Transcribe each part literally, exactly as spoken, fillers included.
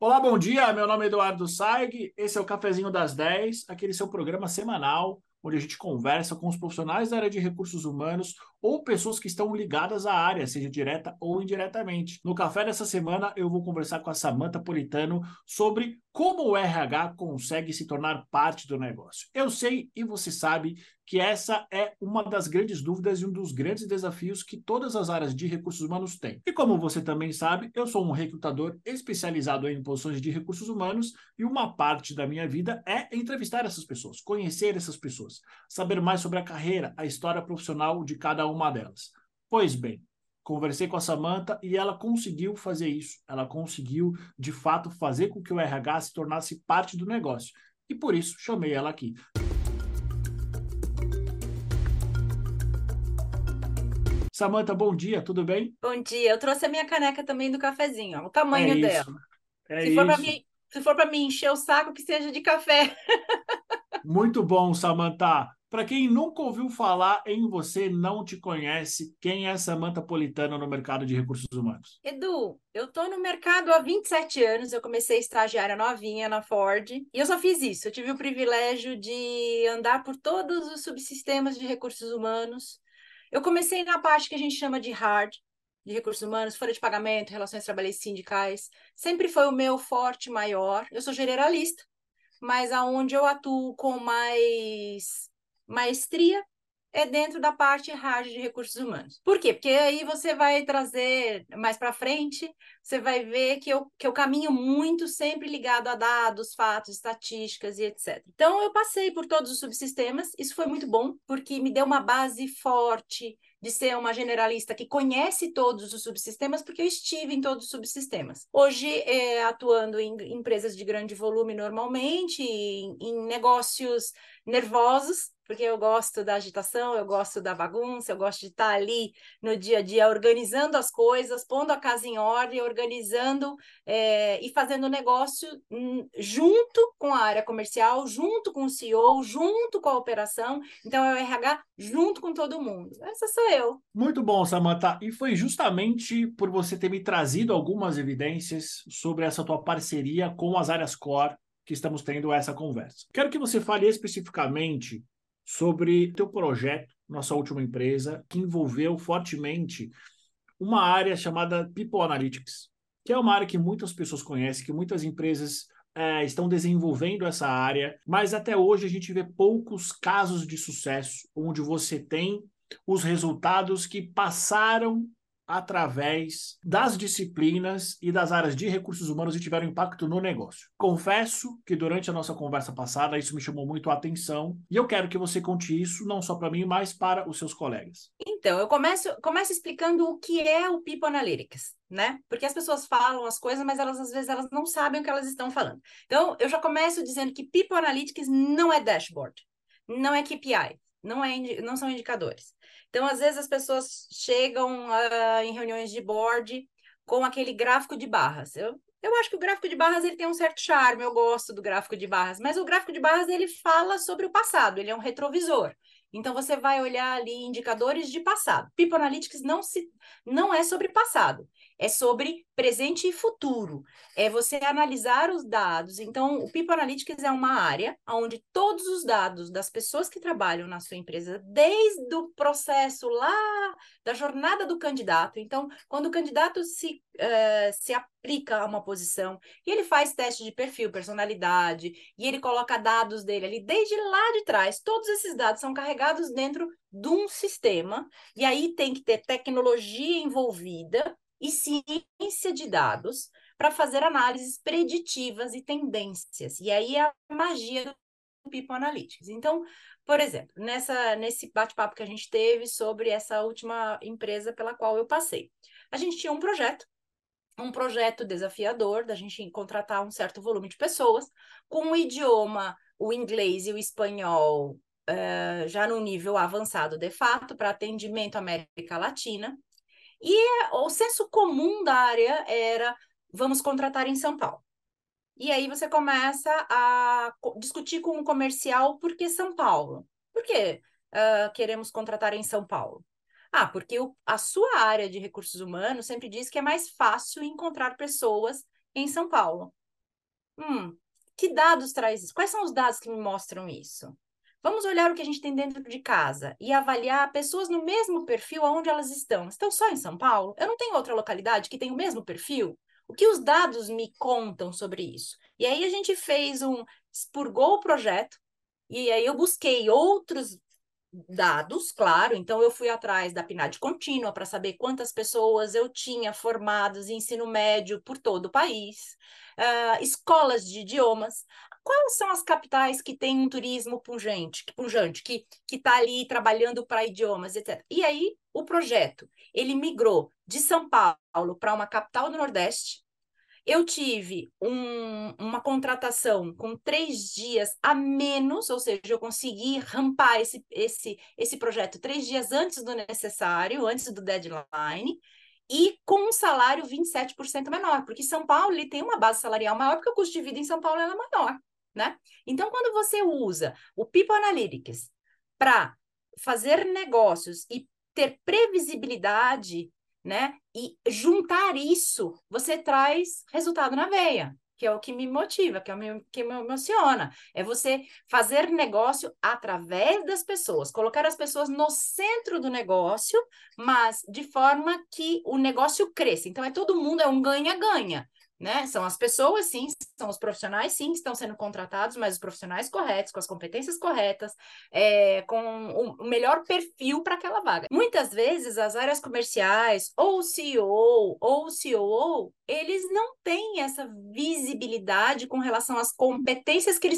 Olá, bom dia. Meu nome é Eduardo Saig. Esse é o Cafezinho das dez, aquele seu programa semanal onde a gente conversa com os profissionais da área de recursos humanos ou pessoas que estão ligadas à área, seja direta ou indiretamente. No café dessa semana, eu vou conversar com a Samantha Politano sobre como o R H consegue se tornar parte do negócio. Eu sei e você sabe que essa é uma das grandes dúvidas e um dos grandes desafios que todas as áreas de recursos humanos têm. E como você também sabe, eu sou um recrutador especializado em posições de recursos humanos e uma parte da minha vida é entrevistar essas pessoas, conhecer essas pessoas, saber mais sobre a carreira, a história profissional de cada uma delas. Pois bem, conversei com a Samantha e ela conseguiu fazer isso. Ela conseguiu, de fato, fazer com que o R H se tornasse parte do negócio. E por isso chamei ela aqui. Samantha, bom dia, tudo bem? Bom dia, eu trouxe a minha caneca também do cafezinho, ó, o É tamanho dela. isso, é Se for para isso. mim, se for para mim encher o saco, que seja de café. Muito bom, Samantha. Para quem nunca ouviu falar em você, não te conhece, quem é Samantha Politano no mercado de recursos humanos? Edu, eu tô no mercado há vinte e sete anos, eu comecei estagiária novinha na Ford, e eu só fiz isso. Eu tive o privilégio de andar por todos os subsistemas de recursos humanos. Eu comecei na parte que a gente chama de hard, de recursos humanos, folha de pagamento, relações trabalhistas e sindicais. Sempre foi o meu forte maior. Eu sou generalista, mas aonde eu atuo com mais maestria é dentro da parte hard de recursos humanos. Por quê? Porque aí você vai trazer mais para frente, você vai ver que eu, que eu caminho muito sempre ligado a dados, fatos, estatísticas e etcétera. Então, eu passei por todos os subsistemas, isso foi muito bom, porque me deu uma base forte de ser uma generalista que conhece todos os subsistemas, porque eu estive em todos os subsistemas. Hoje, é, atuando em empresas de grande volume normalmente, em, em negócios nervosos, porque eu gosto da agitação, eu gosto da bagunça, eu gosto de estar ali no dia a dia organizando as coisas, pondo a casa em ordem, organizando é, e fazendo negócio hum, junto com a área comercial, junto com o C E O, junto com a operação. Então, é o R H junto com todo mundo. Essa sou eu. Muito bom, Samantha. E foi justamente por você ter me trazido algumas evidências sobre essa tua parceria com as áreas core que estamos tendo essa conversa. Quero que você fale especificamente sobre teu projeto, nossa última empresa, que envolveu fortemente uma área chamada People Analytics, que é uma área que muitas pessoas conhecem, que muitas empresas é, estão desenvolvendo essa área, mas até hoje a gente vê poucos casos de sucesso onde você tem os resultados que passaram através das disciplinas e das áreas de recursos humanos e tiveram impacto no negócio. Confesso que durante a nossa conversa passada isso me chamou muito a atenção e eu quero que você conte isso não só para mim, mas para os seus colegas. Então, eu começo, começo explicando o que é o People Analytics, né? Porque as pessoas falam as coisas, mas elas às vezes elas não sabem o que elas estão falando. Então, eu já começo dizendo que People Analytics não é dashboard, não é K P I, não, é, não são indicadores. Então, às vezes as pessoas chegam uh, em reuniões de board com aquele gráfico de barras. Eu, eu acho que o gráfico de barras ele tem um certo charme, eu gosto do gráfico de barras, mas o gráfico de barras ele fala sobre o passado, ele é um retrovisor. Então, você vai olhar ali indicadores de passado. People Analytics não, se, não é sobre passado, é sobre presente e futuro. É você analisar os dados. Então, o People Analytics é uma área onde todos os dados das pessoas que trabalham na sua empresa, desde o processo lá da jornada do candidato. Então, quando o candidato se, uh, se aplica a uma posição e ele faz teste de perfil, personalidade, e ele coloca dados dele ali desde lá de trás, todos esses dados são carregados dentro de um sistema, e aí tem que ter tecnologia envolvida e ciência de dados para fazer análises preditivas e tendências. E aí é a magia do People Analytics. Então, por exemplo, nessa, nesse bate-papo que a gente teve sobre essa última empresa pela qual eu passei, a gente tinha um projeto, um projeto desafiador da gente contratar um certo volume de pessoas com o idioma, o inglês e o espanhol uh, já no nível avançado de fato para atendimento à América Latina. E o senso comum da área era vamos contratar em São Paulo. E aí você começa a discutir com o comercial por que São Paulo? Por que uh, queremos contratar em São Paulo? Ah, porque o, a sua área de recursos humanos sempre diz que é mais fácil encontrar pessoas em São Paulo. Hum, que dados traz isso? Quais são os dados que me mostram isso? Vamos olhar o que a gente tem dentro de casa e avaliar pessoas no mesmo perfil aonde elas estão. Estão só em São Paulo? Eu não tenho outra localidade que tenha o mesmo perfil? O que os dados me contam sobre isso? E aí a gente fez um, expurgou o projeto, e aí eu busquei outros dados, claro, então eu fui atrás da PNAD contínua para saber quantas pessoas eu tinha formadas em ensino médio por todo o país, uh, escolas de idiomas, quais são as capitais que têm um turismo pungente, que pungente, que que está ali trabalhando para idiomas, etcétera. E aí o projeto, ele migrou de São Paulo para uma capital do Nordeste. Eu tive um, uma contratação com três dias a menos, ou seja, eu consegui rampar esse, esse, esse projeto três dias antes do necessário, antes do deadline, e com um salário vinte e sete por cento menor, porque São Paulo ele tem uma base salarial maior, porque o custo de vida em São Paulo é maior, né? Então, quando você usa o People Analytics para fazer negócios e ter previsibilidade, né? E juntar isso, você traz resultado na veia, que é o que me motiva, que é o que me emociona. É você fazer negócio através das pessoas, colocar as pessoas no centro do negócio, mas de forma que o negócio cresça. Então, é todo mundo, é um ganha-ganha. Né? São as pessoas, sim, são os profissionais, sim, que estão sendo contratados, mas os profissionais corretos, com as competências corretas, é, com o melhor perfil para aquela vaga. Muitas vezes, as áreas comerciais, ou o C E O, ou o C O O, eles não têm essa visibilidade com relação às competências que eles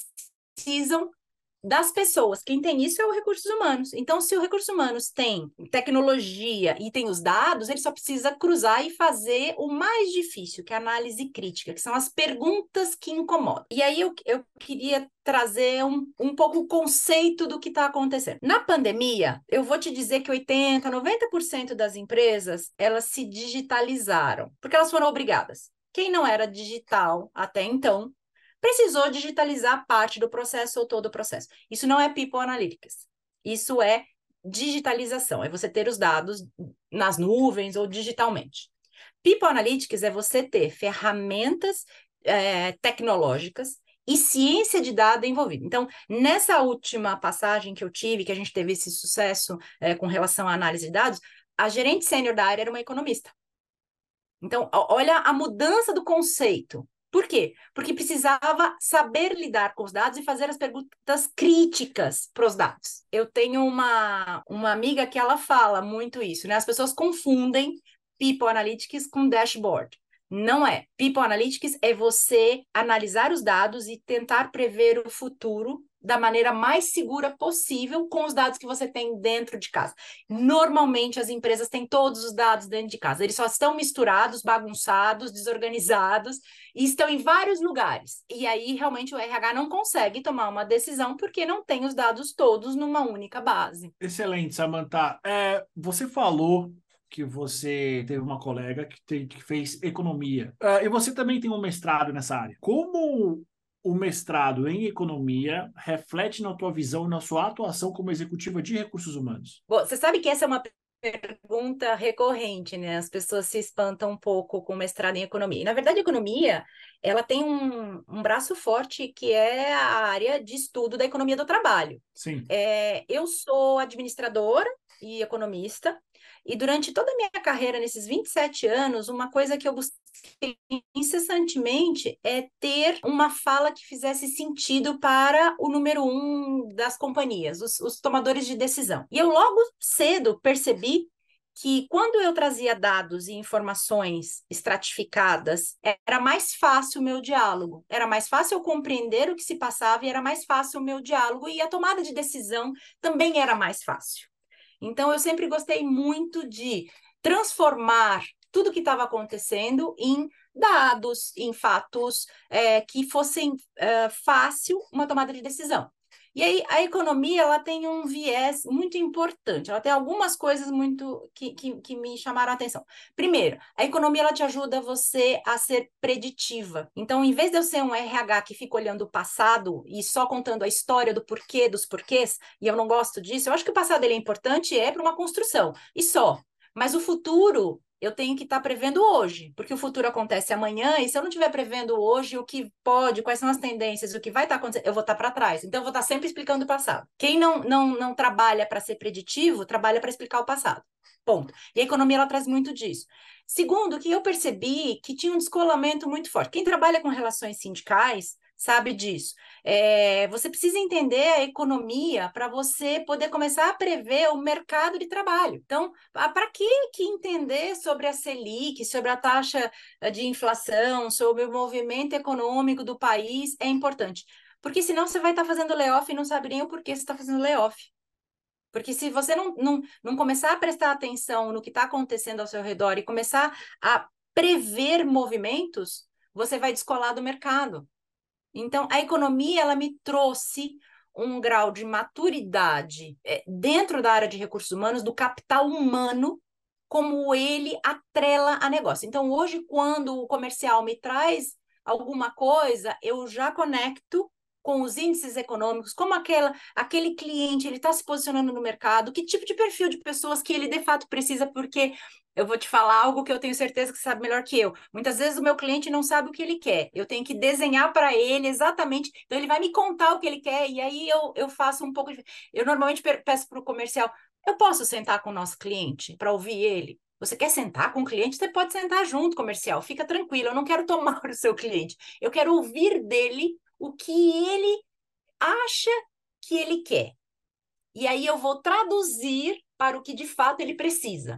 precisam das pessoas. Quem tem isso é o recursos humanos. Então, se o recursos humanos tem tecnologia e tem os dados, ele só precisa cruzar e fazer o mais difícil, que é a análise crítica, que são as perguntas que incomodam. E aí eu, eu queria trazer um, um pouco o conceito do que está acontecendo. Na pandemia, eu vou te dizer que oitenta, noventa por cento das empresas, elas se digitalizaram, porque elas foram obrigadas. Quem não era digital até então, precisou digitalizar parte do processo ou todo o processo. Isso não é People Analytics. Isso é digitalização, é você ter os dados nas nuvens ou digitalmente. People Analytics é você ter ferramentas é, tecnológicas e ciência de dado envolvida. Então, nessa última passagem que eu tive, que a gente teve esse sucesso é, com relação à análise de dados, a gerente sênior da área era uma economista. Então, olha a mudança do conceito. Por quê? Porque precisava saber lidar com os dados e fazer as perguntas críticas para os dados. Eu tenho uma, uma amiga que ela fala muito isso, né? As pessoas confundem People Analytics com dashboard. Não é. People Analytics é você analisar os dados e tentar prever o futuro da maneira mais segura possível com os dados que você tem dentro de casa. Normalmente, as empresas têm todos os dados dentro de casa. Eles só estão misturados, bagunçados, desorganizados e estão em vários lugares. E aí, realmente, o R H não consegue tomar uma decisão porque não tem os dados todos numa única base. Excelente, Samantha. É, você falou que você teve uma colega que, te, que fez economia. Uh, e você também tem um mestrado nessa área. Como o mestrado em economia reflete na tua visão e na sua atuação como executiva de recursos humanos? Bom, você sabe que essa é uma pergunta recorrente, né? As pessoas se espantam um pouco com mestrado em economia. E, na verdade, a economia, ela tem um, um braço forte que é a área de estudo da economia do trabalho. Sim. É, eu sou administradora e economista, e durante toda a minha carreira, nesses vinte e sete anos, uma coisa que eu busquei incessantemente é ter uma fala que fizesse sentido para o número um das companhias, os, os tomadores de decisão. E eu logo cedo percebi que quando eu trazia dados e informações estratificadas, era mais fácil o meu diálogo, era mais fácil eu compreender o que se passava e era mais fácil o meu diálogo e a tomada de decisão também era mais fácil. Então, eu sempre gostei muito de transformar tudo que estava acontecendo em dados, em fatos é, que fossem é, fácil uma tomada de decisão. E aí, a economia, ela tem um viés muito importante, ela tem algumas coisas muito que, que, que me chamaram a atenção. Primeiro, a economia, ela te ajuda você a ser preditiva. Então, em vez de eu ser um R H que fica olhando o passado e só contando a história do porquê dos porquês, e eu não gosto disso, eu acho que o passado ele é importante, é para uma construção, e só. Mas o futuro, eu tenho que estar prevendo hoje, porque o futuro acontece amanhã, e se eu não estiver prevendo hoje o que pode, quais são as tendências, o que vai estar acontecendo, eu vou estar para trás. Então, eu vou estar sempre explicando o passado. Quem não, não, não trabalha para ser preditivo, trabalha para explicar o passado. Ponto. E a economia, ela traz muito disso. Segundo, que eu percebi que tinha um descolamento muito forte. Quem trabalha com relações sindicais sabe disso. É, você precisa entender a economia para você poder começar a prever o mercado de trabalho. Então, para que, que entender sobre a Selic, sobre a taxa de inflação, sobre o movimento econômico do país é importante? Porque senão você vai estar fazendo layoff e não sabe nem o porquê você está fazendo layoff. Porque se você não, não, não começar a prestar atenção no que está acontecendo ao seu redor e começar a prever movimentos, você vai descolar do mercado. Então, a economia, ela me trouxe um grau de maturidade é, dentro da área de recursos humanos, do capital humano, como ele atrela a negócio. Então, hoje, quando o comercial me traz alguma coisa, eu já conecto com os índices econômicos, como aquela, aquele cliente ele está se posicionando no mercado, que tipo de perfil de pessoas que ele de fato precisa, porque eu vou te falar algo que eu tenho certeza que você sabe melhor que eu. Muitas vezes o meu cliente não sabe o que ele quer. Eu tenho que desenhar para ele exatamente. Então, ele vai me contar o que ele quer, e aí eu, eu faço um pouco de. Eu normalmente peço para o comercial: eu posso sentar com o nosso cliente para ouvir ele? Você quer sentar com o cliente? Você pode sentar junto, comercial. Fica tranquilo, eu não quero tomar o seu cliente. Eu quero ouvir dele o que ele acha que ele quer. E aí eu vou traduzir para o que de fato ele precisa.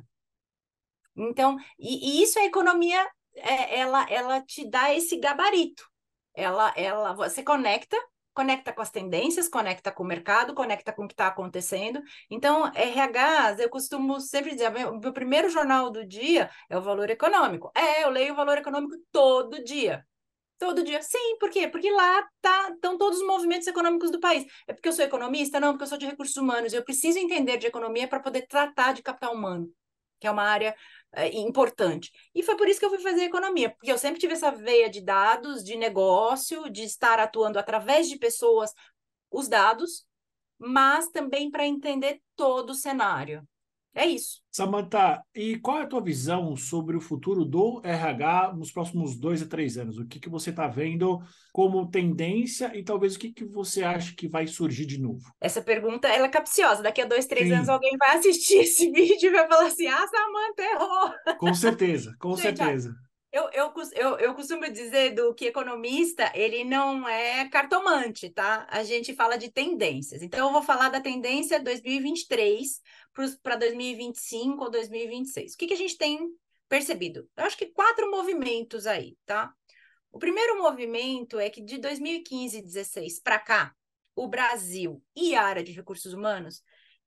Então, e, e isso a economia, é, ela, ela te dá esse gabarito. Ela, ela, você conecta, conecta com as tendências, conecta com o mercado, conecta com o que está acontecendo. Então, R H, eu costumo sempre dizer, o meu primeiro jornal do dia é o Valor Econômico. É, eu leio o Valor Econômico todo dia. Todo dia. Sim, por quê? Porque lá tá, estão todos os movimentos econômicos do país. É porque eu sou economista? Não, porque eu sou de recursos humanos. Eu preciso entender de economia para poder tratar de capital humano, que é uma área é, importante. E foi por isso que eu fui fazer economia, porque eu sempre tive essa veia de dados, de negócio, de estar atuando através de pessoas, os dados, mas também para entender todo o cenário. É isso. Samantha, e qual é a tua visão sobre o futuro do R H nos próximos dois a três anos? O que que você está vendo como tendência e talvez o que que você acha que vai surgir de novo? Essa pergunta, ela é capciosa. Daqui a dois, três anos, Sim, alguém vai assistir esse vídeo e vai falar assim: ah, Samantha errou. com certeza, com Gente, olha, certeza. eu, eu, cos- eu, eu costumo dizer do que economista, ele não é cartomante, tá? A gente fala de tendências. Então, eu vou falar da tendência dois mil e vinte e três para dois mil e vinte e cinco ou dois mil e vinte e seis. O que que a gente tem percebido? Eu acho que quatro movimentos aí, tá? O primeiro movimento é que de dois mil e quinze e dezesseis para cá, o Brasil e a área de recursos humanos,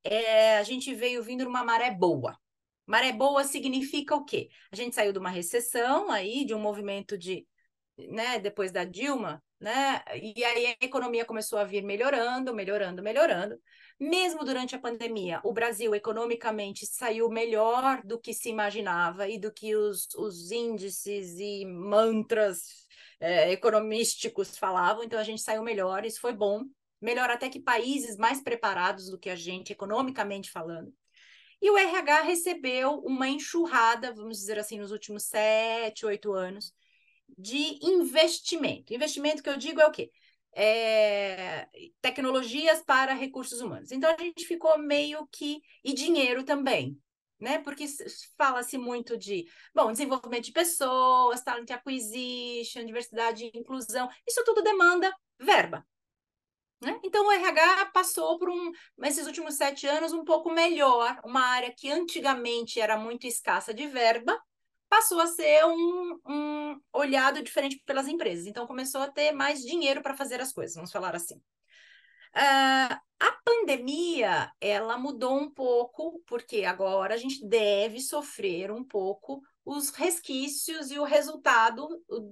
é, a gente veio vindo numa maré boa. Maré boa significa o quê? A gente saiu de uma recessão aí, de um movimento de, né, depois da Dilma, né? E aí a economia começou a vir melhorando, melhorando, melhorando. Mesmo durante a pandemia, o Brasil economicamente saiu melhor do que se imaginava e do que os, os índices e mantras é, economísticos falavam, então a gente saiu melhor, isso foi bom. Melhor até que países mais preparados do que a gente, economicamente falando. E o R H recebeu uma enxurrada, vamos dizer assim, nos últimos sete, oito anos, de investimento. Investimento que eu digo é o quê? É, tecnologias para recursos humanos. Então, a gente ficou meio que. E dinheiro também, né? Porque fala-se muito de, bom, desenvolvimento de pessoas, talent acquisition, diversidade e inclusão. Isso tudo demanda verba. Né? Então, o R H passou por um, nesses últimos sete anos, um pouco melhor, uma área que antigamente era muito escassa de verba, passou a ser um, um olhado diferente pelas empresas. Então, começou a ter mais dinheiro para fazer as coisas, vamos falar assim. Uh, a pandemia, ela mudou um pouco, porque agora a gente deve sofrer um pouco os resquícios e o resultado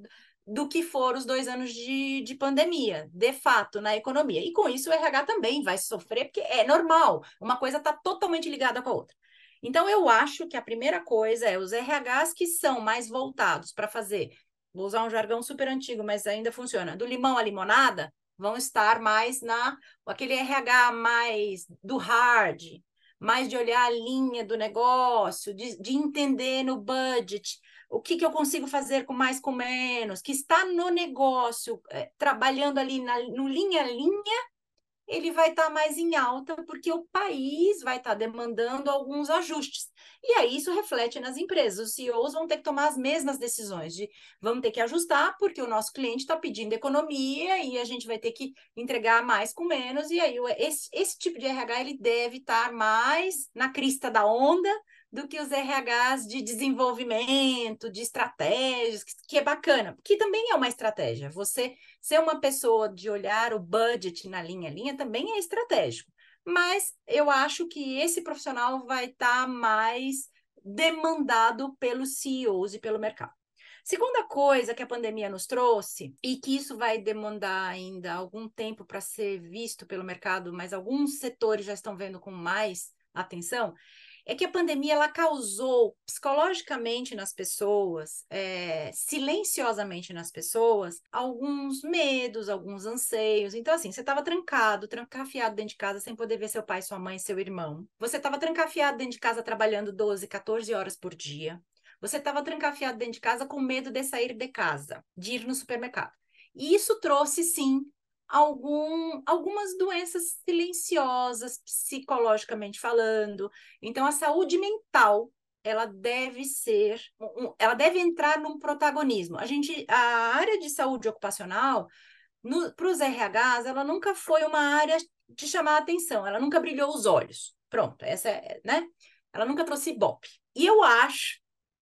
do que foram os dois anos de, de pandemia, de fato, na economia. E com isso o R H também vai sofrer, porque é normal, uma coisa está totalmente ligada com a outra. Então, eu acho que a primeira coisa é os R Hs que são mais voltados para fazer, vou usar um jargão super antigo, mas ainda funciona, do limão à limonada, vão estar mais na aquele R H mais do hard, mais de olhar a linha do negócio, de, de entender no budget o que, que eu consigo fazer com mais, com menos, que está no negócio, é, trabalhando ali na, no linha a linha, ele vai estar mais em alta, porque o país vai estar demandando alguns ajustes. E aí isso reflete nas empresas. Os C E Os vão ter que tomar as mesmas decisões de vamos ter que ajustar, porque o nosso cliente está pedindo economia e a gente vai ter que entregar mais com menos. E aí esse, esse tipo de R H ele deve estar mais na crista da onda do que os R Hs de desenvolvimento, de estratégias, que é bacana, que também é uma estratégia. Você ser uma pessoa de olhar o budget na linha a linha também é estratégico. Mas eu acho que esse profissional vai estar tá mais demandado pelos C E Os e pelo mercado. Segunda coisa que a pandemia nos trouxe, e que isso vai demandar ainda algum tempo para ser visto pelo mercado, mas alguns setores já estão vendo com mais atenção, é que a pandemia ela causou psicologicamente nas pessoas, é, silenciosamente nas pessoas, alguns medos, alguns anseios. Então, assim, você estava trancado, trancafiado dentro de casa sem poder ver seu pai, sua mãe, seu irmão. Você estava trancafiado dentro de casa trabalhando doze, quatorze horas por dia. Você estava trancafiado dentro de casa com medo de sair de casa, de ir no supermercado. E isso trouxe, sim, algum, algumas doenças silenciosas, psicologicamente falando. Então, a saúde mental, ela deve ser, um, ela deve entrar num protagonismo. A gente, a área de saúde ocupacional, para os R Hs, ela nunca foi uma área de chamar a atenção, ela nunca brilhou os olhos. Pronto, essa é, né? Ela nunca trouxe ibope. E eu acho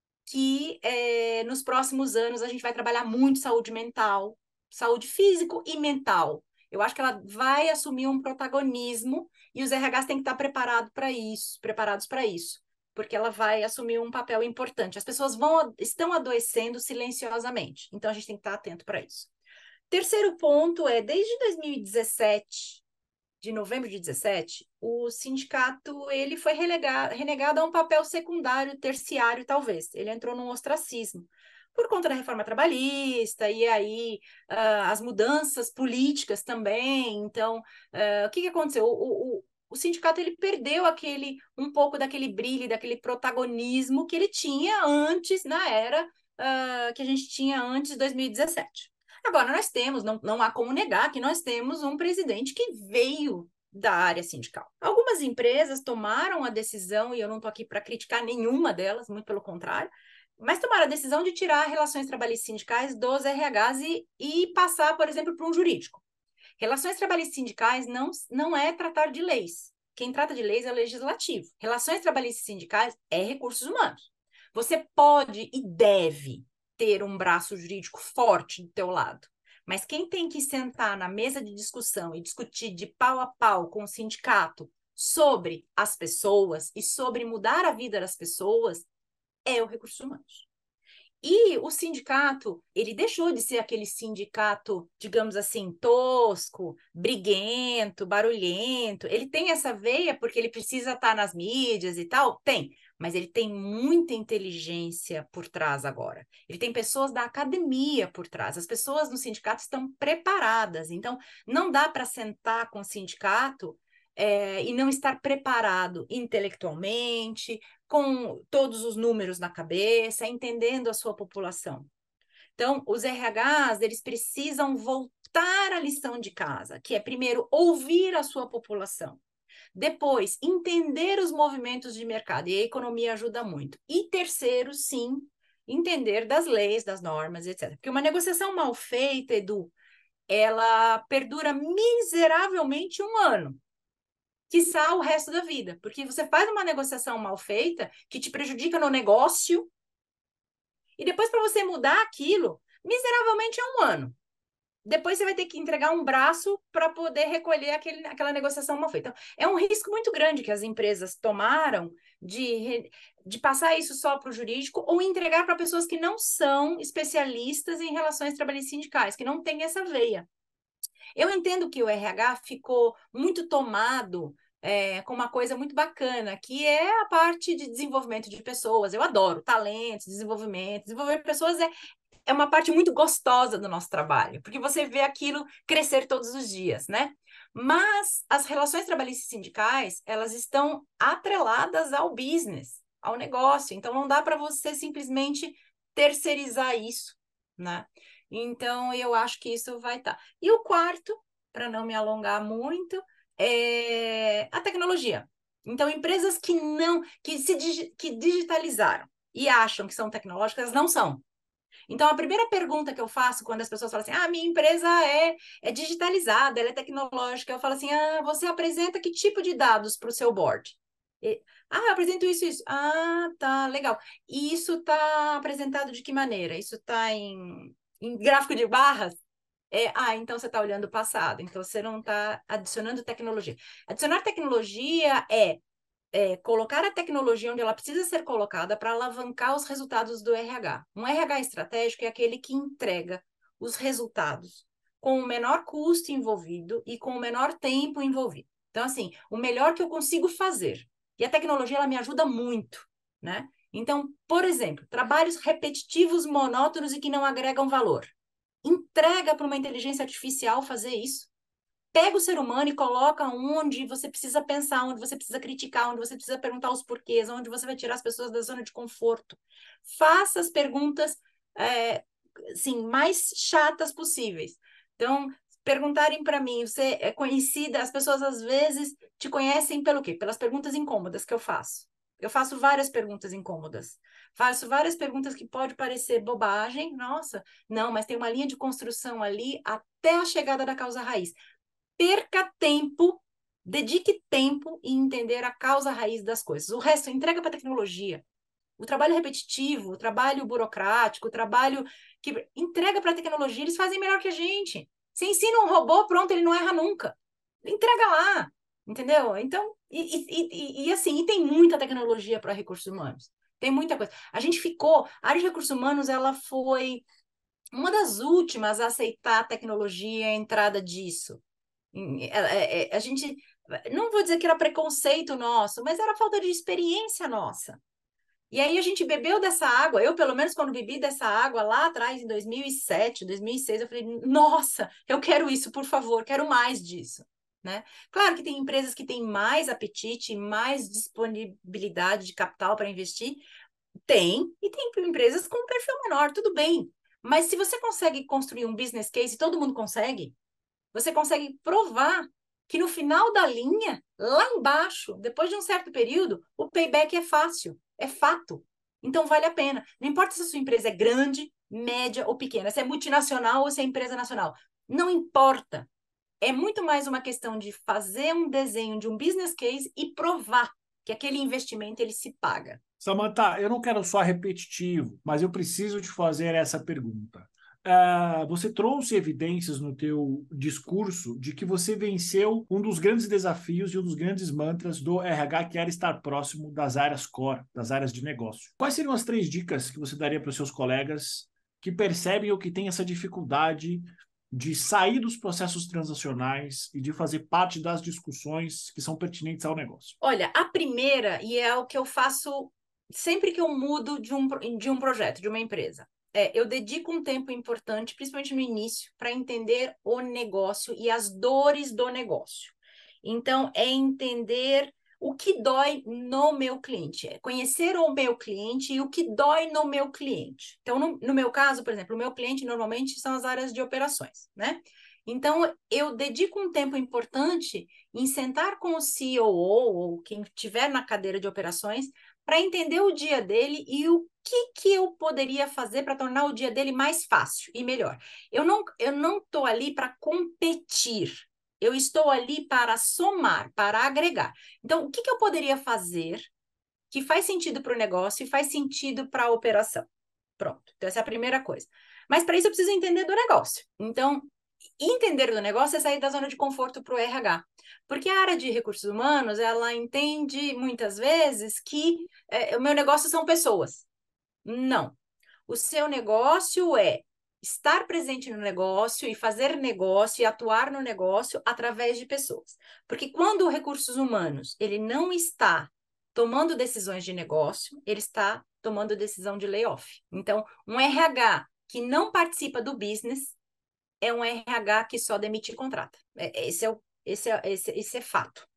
que é, nos próximos anos a gente vai trabalhar muito saúde mental, saúde físico e mental. Eu acho que ela vai assumir um protagonismo e os R Hs têm que estar preparados para isso, preparados para isso, porque ela vai assumir um papel importante. As pessoas vão estão adoecendo silenciosamente, então a gente tem que estar atento para isso. Terceiro ponto é, desde dois mil e dezessete, de novembro de dezessete, o sindicato ele foi relegado, renegado a um papel secundário, terciário, talvez. Ele entrou num ostracismo por conta da reforma trabalhista e aí uh, as mudanças políticas também. Então, uh, o que, que aconteceu? O, o, o sindicato ele perdeu aquele um pouco daquele brilho, daquele protagonismo que ele tinha antes, na era uh, que a gente tinha antes de dois mil e dezessete. Agora, nós temos, não, não há como negar que nós temos um presidente que veio da área sindical. Algumas empresas tomaram a decisão, e eu não estou aqui para criticar nenhuma delas, muito pelo contrário, mas tomaram a decisão de tirar relações trabalhistas sindicais dos R Hs e, e passar, por exemplo, para um jurídico. Relações trabalhistas sindicais não, não é tratar de leis. Quem trata de leis é o legislativo. Relações trabalhistas sindicais é recursos humanos. Você pode e deve ter um braço jurídico forte do teu lado. Mas quem tem que sentar na mesa de discussão e discutir de pau a pau com o sindicato sobre as pessoas e sobre mudar a vida das pessoas é o recursos humanos. E o sindicato, ele deixou de ser aquele sindicato, digamos assim, tosco, briguento, barulhento. Ele tem essa veia porque ele precisa estar nas mídias e tal? Tem, mas ele tem muita inteligência por trás agora. Ele tem pessoas da academia por trás. As pessoas no sindicato estão preparadas. Então, não dá para sentar com o sindicato é, e não estar preparado intelectualmente, com todos os números na cabeça, entendendo a sua população. Então, os R Hs, eles precisam voltar à lição de casa, que é, primeiro, ouvir a sua população. Depois, entender os movimentos de mercado, e a economia ajuda muito. E terceiro, sim, entender das leis, das normas, etcétera. Porque uma negociação mal feita, Edu, ela perdura miseravelmente um ano, quiçá o resto da vida, porque você faz uma negociação mal feita que te prejudica no negócio e depois para você mudar aquilo, miseravelmente é um ano. Depois você vai ter que entregar um braço para poder recolher aquele, aquela negociação mal feita. Então, é um risco muito grande que as empresas tomaram de, de passar isso só para o jurídico ou entregar para pessoas que não são especialistas em relações trabalhistas sindicais, que não têm essa veia. Eu entendo que o R H ficou muito tomado é, com uma coisa muito bacana, que é a parte de desenvolvimento de pessoas. Eu adoro talento, desenvolvimento. Desenvolver pessoas é, é uma parte muito gostosa do nosso trabalho, porque você vê aquilo crescer todos os dias, né? Mas as relações trabalhistas e sindicais, elas estão atreladas ao business, ao negócio. Então, não dá para você simplesmente terceirizar isso, né? Então, eu acho que isso vai estar. E o quarto, para não me alongar muito, é a tecnologia. Então, empresas que não, que se digi- que digitalizaram e acham que são tecnológicas, não são. Então, a primeira pergunta que eu faço quando as pessoas falam assim, ah, minha empresa é, é digitalizada, ela é tecnológica, eu falo assim, ah, você apresenta que tipo de dados para o seu board? E, ah, eu apresento isso, isso. Ah, tá, legal. E isso está apresentado de que maneira? Isso está em, em gráfico de barras? É, ah, então você está olhando o passado, então você não está adicionando tecnologia. Adicionar tecnologia é é, colocar a tecnologia onde ela precisa ser colocada para alavancar os resultados do R H. Um R H estratégico é aquele que entrega os resultados com o menor custo envolvido e com o menor tempo envolvido. Então, assim, o melhor que eu consigo fazer. E a tecnologia, ela me ajuda muito, né? Então, por exemplo, trabalhos repetitivos, monótonos e que não agregam valor. Entrega para uma inteligência artificial fazer isso. Pega o ser humano e coloca onde você precisa pensar, onde você precisa criticar, onde você precisa perguntar os porquês, onde você vai tirar as pessoas da zona de conforto. Faça as perguntas, é, assim, mais chatas possíveis. Então, perguntarem para mim, você é conhecida, as pessoas às vezes te conhecem pelo quê? Pelas perguntas incômodas que eu faço. Eu faço várias perguntas incômodas. Faço várias perguntas que pode parecer bobagem, nossa, não, mas tem uma linha de construção ali até a chegada da causa raiz. Perca tempo, dedique tempo em entender a causa raiz das coisas. O resto, entrega para a tecnologia. O trabalho repetitivo, o trabalho burocrático, o trabalho que entrega para a tecnologia, eles fazem melhor que a gente. Você ensina um robô, pronto, ele não erra nunca. Entrega lá, entendeu? Então, e, e, e, e assim, e tem muita tecnologia para recursos humanos. Tem muita coisa. A gente ficou, a área de recursos humanos, ela foi uma das últimas a aceitar a tecnologia, a entrada disso. É, é, a gente, não vou dizer que era preconceito nosso, mas era falta de experiência nossa. E aí a gente bebeu dessa água, eu pelo menos quando bebi dessa água lá atrás, em dois mil e sete, dois mil e seis, eu falei, nossa, eu quero isso, por favor, quero mais disso. Né? Claro que tem empresas que têm mais apetite, mais disponibilidade de capital para investir, tem, e tem empresas com um perfil menor, tudo bem. Mas se você consegue construir um business case, todo mundo consegue, você consegue provar que no final da linha, lá embaixo, depois de um certo período, o payback é fácil, é fato. Então vale a pena. Não importa se a sua empresa é grande, média ou pequena, se é multinacional ou se é empresa nacional. Não importa. É muito mais uma questão de fazer um desenho de um business case e provar que aquele investimento ele se paga. Samantha, eu não quero soar repetitivo, mas eu preciso te fazer essa pergunta. Uh, você trouxe evidências no teu discurso de que você venceu um dos grandes desafios e um dos grandes mantras do R H, que era estar próximo das áreas core, das áreas de negócio. Quais seriam as três dicas que você daria para os seus colegas que percebem ou que têm essa dificuldade de sair dos processos transacionais e de fazer parte das discussões que são pertinentes ao negócio? Olha, a primeira, e é o que eu faço sempre que eu mudo de um, de um projeto, de uma empresa, é, eu dedico um tempo importante, principalmente no início, para entender o negócio e as dores do negócio. Então, é entender o que dói no meu cliente, é conhecer o meu cliente e o que dói no meu cliente. Então, no, no meu caso, por exemplo, o meu cliente normalmente são as áreas de operações, né? Então, eu dedico um tempo importante em sentar com o C O O ou quem estiver na cadeira de operações para entender o dia dele e o que, que eu poderia fazer para tornar o dia dele mais fácil e melhor. Eu não eu não estou ali para competir, eu estou ali para somar, para agregar. Então, o que, que eu poderia fazer que faz sentido para o negócio e faz sentido para a operação? Pronto, então essa é a primeira coisa. Mas para isso eu preciso entender do negócio. Então, entender do negócio é sair da zona de conforto para o R H. Porque a área de recursos humanos, ela entende muitas vezes que é, o meu negócio são pessoas. Não. O seu negócio é estar presente no negócio e fazer negócio e atuar no negócio através de pessoas. Porque quando o recursos humanos, ele não está tomando decisões de negócio, ele está tomando decisão de layoff. Então, um R H que não participa do business é um R H que só demite e contrata. Esse é, o, esse é, esse, esse é fato.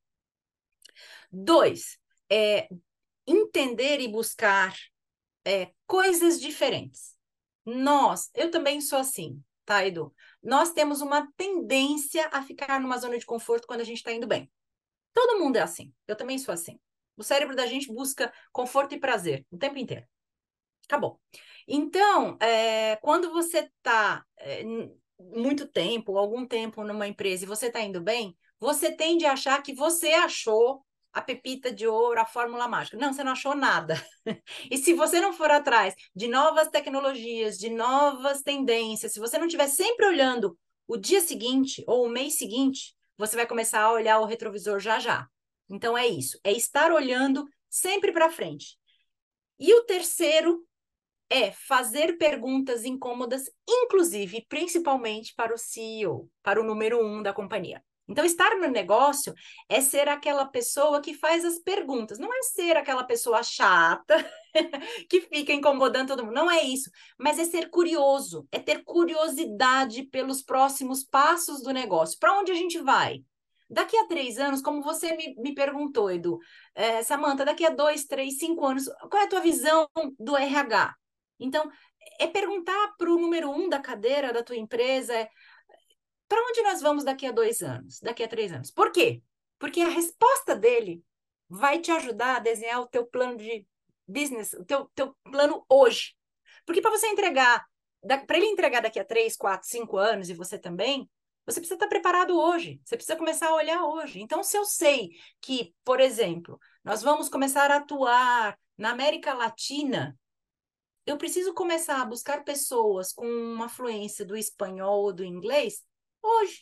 Dois, é entender e buscar é, coisas diferentes. Nós, eu também sou assim, tá, Edu? Nós temos uma tendência a ficar numa zona de conforto quando a gente está indo bem. Todo mundo é assim. Eu também sou assim. O cérebro da gente busca conforto e prazer o tempo inteiro. Acabou. Então, é, quando você está é, muito tempo, algum tempo numa empresa e você está indo bem, você tende a achar que você achou a pepita de ouro, a fórmula mágica. Não, você não achou nada. E se você não for atrás de novas tecnologias, de novas tendências, se você não estiver sempre olhando o dia seguinte ou o mês seguinte, você vai começar a olhar o retrovisor já já. Então é isso, é estar olhando sempre para frente. E o terceiro é fazer perguntas incômodas, inclusive, principalmente para o C E O, para o número um da companhia. Então, estar no negócio é ser aquela pessoa que faz as perguntas, não é ser aquela pessoa chata que fica incomodando todo mundo, não é isso, mas é ser curioso, é ter curiosidade pelos próximos passos do negócio. Para onde a gente vai? Daqui a três anos, como você me, me perguntou, Edu, é, Samantha, daqui a dois, três, cinco anos, qual é a tua visão do R H? Então, é perguntar para o número um da cadeira da tua empresa, é, para onde nós vamos daqui a dois anos, daqui a três anos? Por quê? Porque a resposta dele vai te ajudar a desenhar o teu plano de business, o teu, teu plano hoje. Porque para você entregar, para ele entregar daqui a três, quatro, cinco anos, e você também, você precisa estar preparado hoje, você precisa começar a olhar hoje. Então, se eu sei que, por exemplo, nós vamos começar a atuar na América Latina, eu preciso começar a buscar pessoas com uma fluência do espanhol ou do inglês hoje.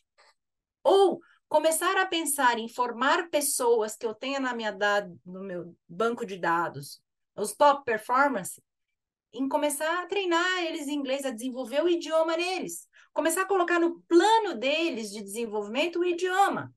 Ou começar a pensar em formar pessoas que eu tenha na minha da, no meu banco de dados, os top performance, em começar a treinar eles em inglês, a desenvolver o idioma neles. Começar a colocar no plano deles de desenvolvimento o idioma.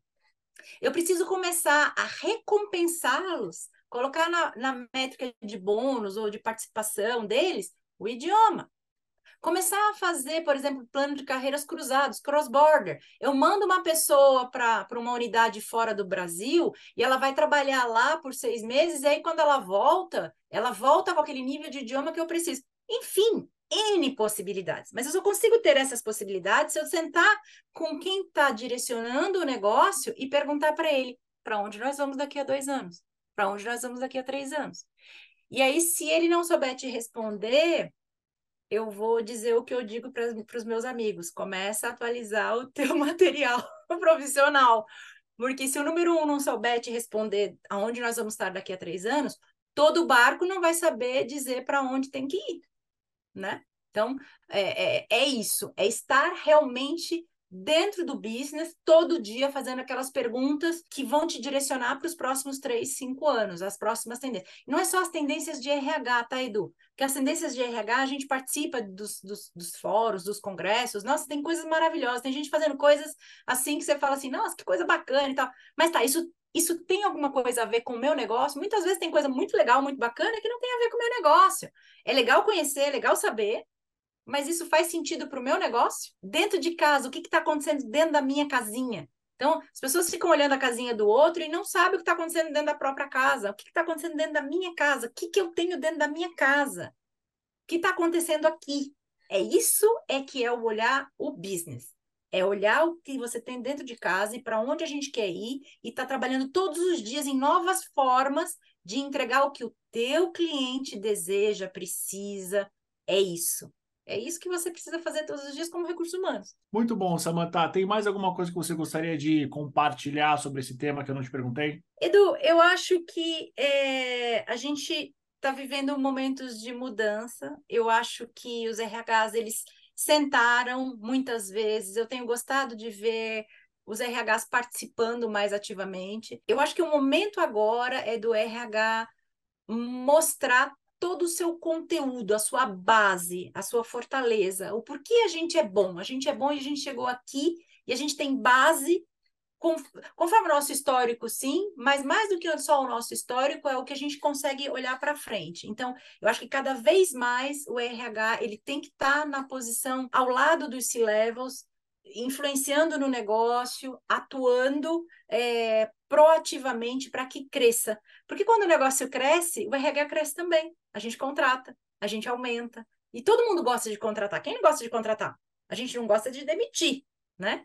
Eu preciso começar a recompensá-los, colocar na, na métrica de bônus ou de participação deles o idioma. Começar a fazer, por exemplo, plano de carreiras cruzados, cross-border. Eu mando uma pessoa para uma unidade fora do Brasil e ela vai trabalhar lá por seis meses, e aí quando ela volta, ela volta com aquele nível de idioma que eu preciso. Enfim, N possibilidades. Mas eu só consigo ter essas possibilidades se eu sentar com quem está direcionando o negócio e perguntar para ele, para onde nós vamos daqui a dois anos? Para onde nós vamos daqui a três anos? E aí, se ele não souber te responder, eu vou dizer o que eu digo para os meus amigos: começa a atualizar o teu material profissional, porque se o número um não souber te responder aonde nós vamos estar daqui a três anos, todo barco não vai saber dizer para onde tem que ir, né? Então, é, é, é isso, é estar realmente dentro do business, todo dia fazendo aquelas perguntas que vão te direcionar para os próximos três, cinco anos, as próximas tendências. Não é só as tendências de R H, tá, Edu? Porque as tendências de R H, a gente participa dos, dos, dos fóruns, dos congressos, nossa, tem coisas maravilhosas, tem gente fazendo coisas assim que você fala assim, nossa, que coisa bacana e tal. Mas tá, isso, isso tem alguma coisa a ver com o meu negócio? Muitas vezes tem coisa muito legal, muito bacana, que não tem a ver com o meu negócio. É legal conhecer, é legal saber, mas isso faz sentido para o meu negócio? Dentro de casa, o que está acontecendo dentro da minha casinha? Então, as pessoas ficam olhando a casinha do outro e não sabem o que está acontecendo dentro da própria casa. O que está acontecendo dentro da minha casa? O que, que eu tenho dentro da minha casa? O que está acontecendo aqui? É isso é que é o olhar o business. É olhar o que você tem dentro de casa e para onde a gente quer ir e está trabalhando todos os dias em novas formas de entregar o que o teu cliente deseja, precisa. É isso. É isso que você precisa fazer todos os dias como recursos humanos. Muito bom, Samantha. Tem mais alguma coisa que você gostaria de compartilhar sobre esse tema que eu não te perguntei? Edu, eu acho que é, a gente está vivendo momentos de mudança. Eu acho que os R Hs, eles sentaram muitas vezes. Eu tenho gostado de ver os R Hs participando mais ativamente. Eu acho que o momento agora é do R H mostrar todo o seu conteúdo, a sua base, a sua fortaleza, o porquê a gente é bom. A gente é bom e a gente chegou aqui e a gente tem base conforme o nosso histórico, sim, mas mais do que só o nosso histórico, é o que a gente consegue olhar para frente. Então, eu acho que cada vez mais o R H ele tem que estar na posição ao lado dos C-levels, influenciando no negócio, atuando é, proativamente para que cresça. Porque quando o negócio cresce, o R H cresce também. A gente contrata, a gente aumenta. E todo mundo gosta de contratar. Quem não gosta de contratar? A gente não gosta de demitir, né?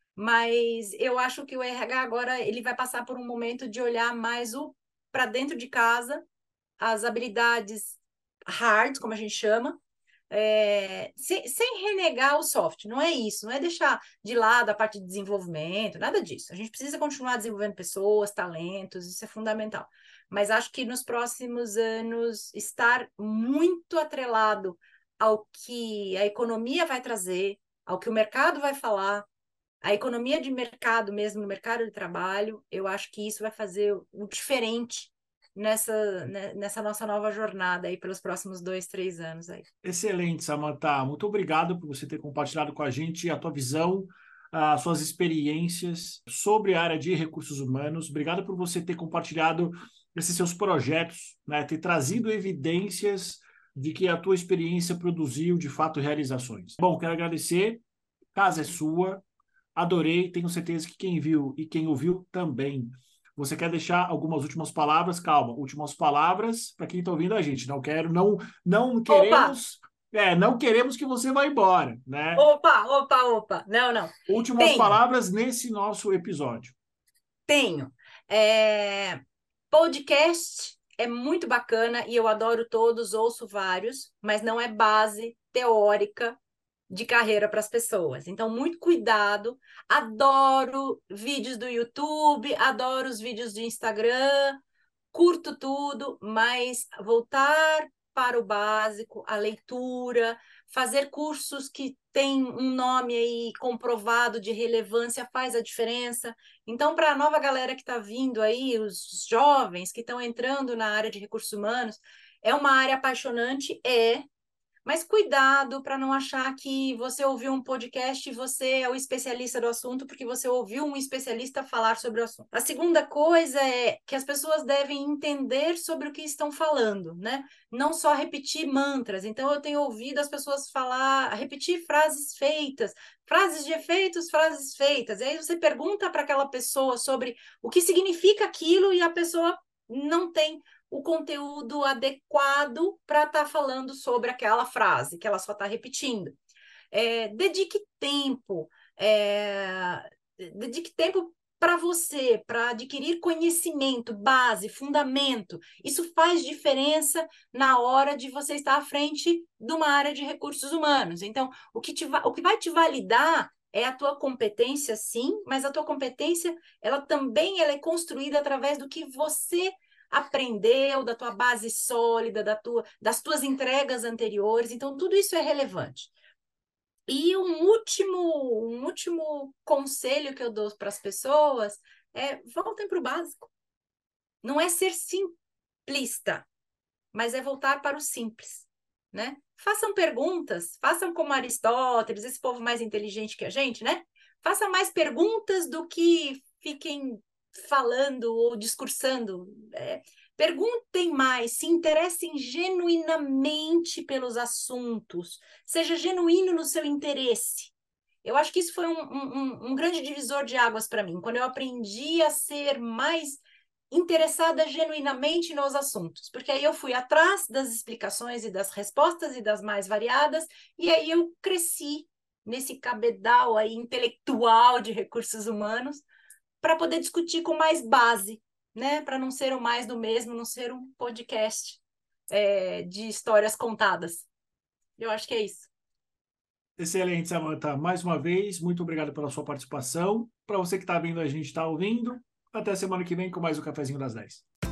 Mas eu acho que o R H agora ele vai passar por um momento de olhar mais o para dentro de casa, as habilidades hard, como a gente chama, é, sem, sem renegar o soft. Não é isso, não é deixar de lado a parte de desenvolvimento, nada disso. A gente precisa continuar desenvolvendo pessoas, talentos, isso é fundamental. Mas acho que nos próximos anos estar muito atrelado ao que a economia vai trazer, ao que o mercado vai falar, a economia de mercado mesmo, no mercado de trabalho, eu acho que isso vai fazer o diferente nessa, né, nessa nossa nova jornada aí pelos próximos dois, três anos aí. Excelente, Samantha. Muito obrigado por você ter compartilhado com a gente a tua visão, as suas experiências sobre a área de recursos humanos. Obrigado por você ter compartilhado esses seus projetos, né, ter trazido evidências de que a tua experiência produziu, de fato, realizações. Bom, quero agradecer. Casa é sua. Adorei, tenho certeza que quem viu e quem ouviu também. Você quer deixar algumas últimas palavras? Calma, últimas palavras para quem está ouvindo a gente. Não quero, não, não Opa! queremos, é, não queremos que você vá embora, né? Opa, opa, opa. Não, não. Últimas Tenho, palavras nesse nosso episódio. tenho. É, podcast é muito bacana e eu adoro todos, ouço vários, mas não é base teórica de carreira para as pessoas. Então, muito cuidado. Adoro vídeos do YouTube, adoro os vídeos do Instagram, curto tudo, mas voltar para o básico, a leitura, fazer cursos que têm um nome aí comprovado de relevância faz a diferença. Então, para a nova galera que está vindo aí, os jovens que estão entrando na área de recursos humanos, é uma área apaixonante? É, mas cuidado para não achar que você ouviu um podcast e você é o especialista do assunto porque você ouviu um especialista falar sobre o assunto. A segunda coisa é que as pessoas devem entender sobre o que estão falando, né? Não só repetir mantras. Então, eu tenho ouvido as pessoas falar, repetir frases feitas, frases de efeitos, frases feitas. E aí você pergunta para aquela pessoa sobre o que significa aquilo e a pessoa não tem o conteúdo adequado para estar tá falando sobre aquela frase que ela só está repetindo. É, dedique tempo, é, dedique tempo para você, para adquirir conhecimento, base, fundamento. Isso faz diferença na hora de você estar à frente de uma área de recursos humanos. Então, o que, te, o que vai te validar é a tua competência, sim, mas a tua competência, ela também ela é construída através do que você aprendeu, da tua base sólida, da tua, das tuas entregas anteriores. Então, tudo isso é relevante. E um último, um último conselho que eu dou para as pessoas é voltem para o básico. Não é ser simplista, mas é voltar para o simples, né? Façam perguntas, façam como Aristóteles, esse povo mais inteligente que a gente, né? Façam mais perguntas do que fiquem falando ou discursando. É, perguntem mais, se interessem genuinamente pelos assuntos, seja genuíno no seu interesse. Eu acho que isso foi um, um, um grande divisor de águas para mim, quando eu aprendi a ser mais interessada genuinamente nos assuntos, porque aí eu fui atrás das explicações e das respostas e das mais variadas, e aí eu cresci nesse cabedal aí intelectual de recursos humanos para poder discutir com mais base, né? Para não ser o mais do mesmo, não ser um podcast é, de histórias contadas. Eu acho que é isso. Excelente, Samantha. Mais uma vez, muito obrigado pela sua participação. Para você que está vendo, a gente está ouvindo. Até semana que vem com mais o Cafezinho das dez.